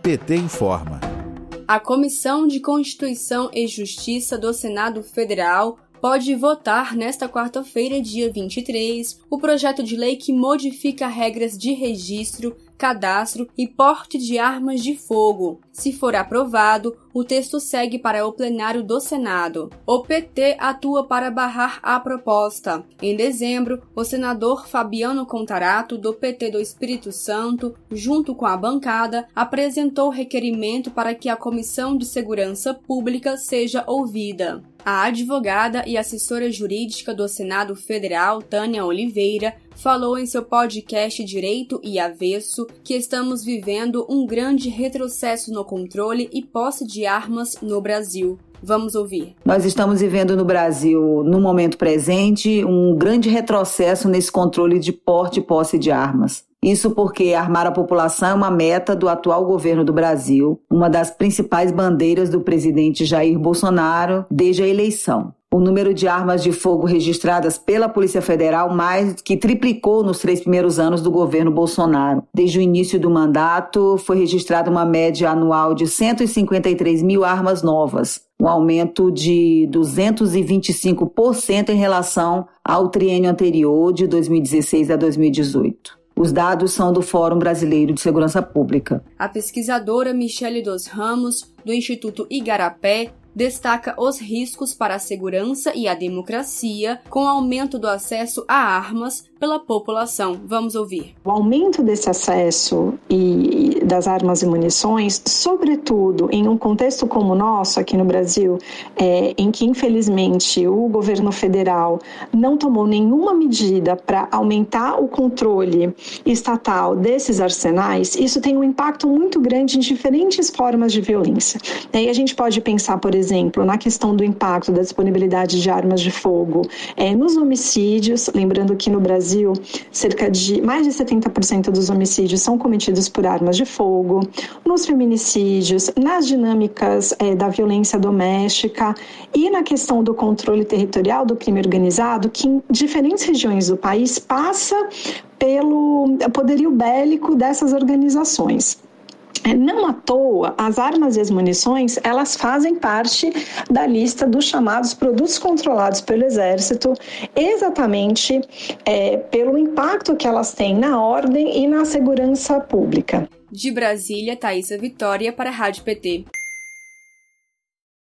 PT informa. A Comissão de Constituição e Justiça do Senado Federal pode votar nesta quarta-feira, dia 23, o projeto de lei que modifica regras de registro, cadastro e porte de armas de fogo. Se for aprovado, o texto segue para o plenário do Senado. O PT atua para barrar a proposta. Em dezembro, o senador Fabiano Contarato, do PT do Espírito Santo, junto com a bancada, apresentou requerimento para que a Comissão de Segurança Pública seja ouvida. A advogada e assessora jurídica do Senado Federal, Tânia Oliveira, falou em seu podcast Direito e Avesso que estamos vivendo um grande retrocesso no controle e posse de armas no Brasil. Vamos ouvir. Nós estamos vivendo no Brasil, no momento presente, um grande retrocesso nesse controle de porte e posse de armas. Isso porque armar a população é uma meta do atual governo do Brasil, uma das principais bandeiras do presidente Jair Bolsonaro desde a eleição. O número de armas de fogo registradas pela Polícia Federal mais que triplicou nos 3 primeiros anos do governo Bolsonaro. Desde o início do mandato, foi registrada uma média anual de 153 mil armas novas, um aumento de 225% em relação ao triênio anterior, de 2016 a 2018. Os dados são do Fórum Brasileiro de Segurança Pública. A pesquisadora Michele dos Ramos, do Instituto Igarapé, destaca os riscos para a segurança e a democracia com o aumento do acesso a armas pela população. Vamos ouvir. O aumento desse acesso e das armas e munições, sobretudo em um contexto como o nosso aqui no Brasil, em que infelizmente o governo federal não tomou nenhuma medida para aumentar o controle estatal desses arsenais, isso tem um impacto muito grande em diferentes formas de violência. E aí a gente pode pensar, por exemplo, na questão do impacto da disponibilidade de armas de fogo nos homicídios, lembrando que no Brasil cerca de mais de 70% dos homicídios são cometidos por armas de fogo, nos feminicídios, nas dinâmicas da violência doméstica e na questão do controle territorial do crime organizado, que em diferentes regiões do país passa pelo poderio bélico dessas organizações. Não à toa, as armas e as munições, elas fazem parte da lista dos chamados produtos controlados pelo Exército, exatamente pelo impacto que elas têm na ordem e na segurança pública. De Brasília, Thaisa Vitória para a Rádio PT.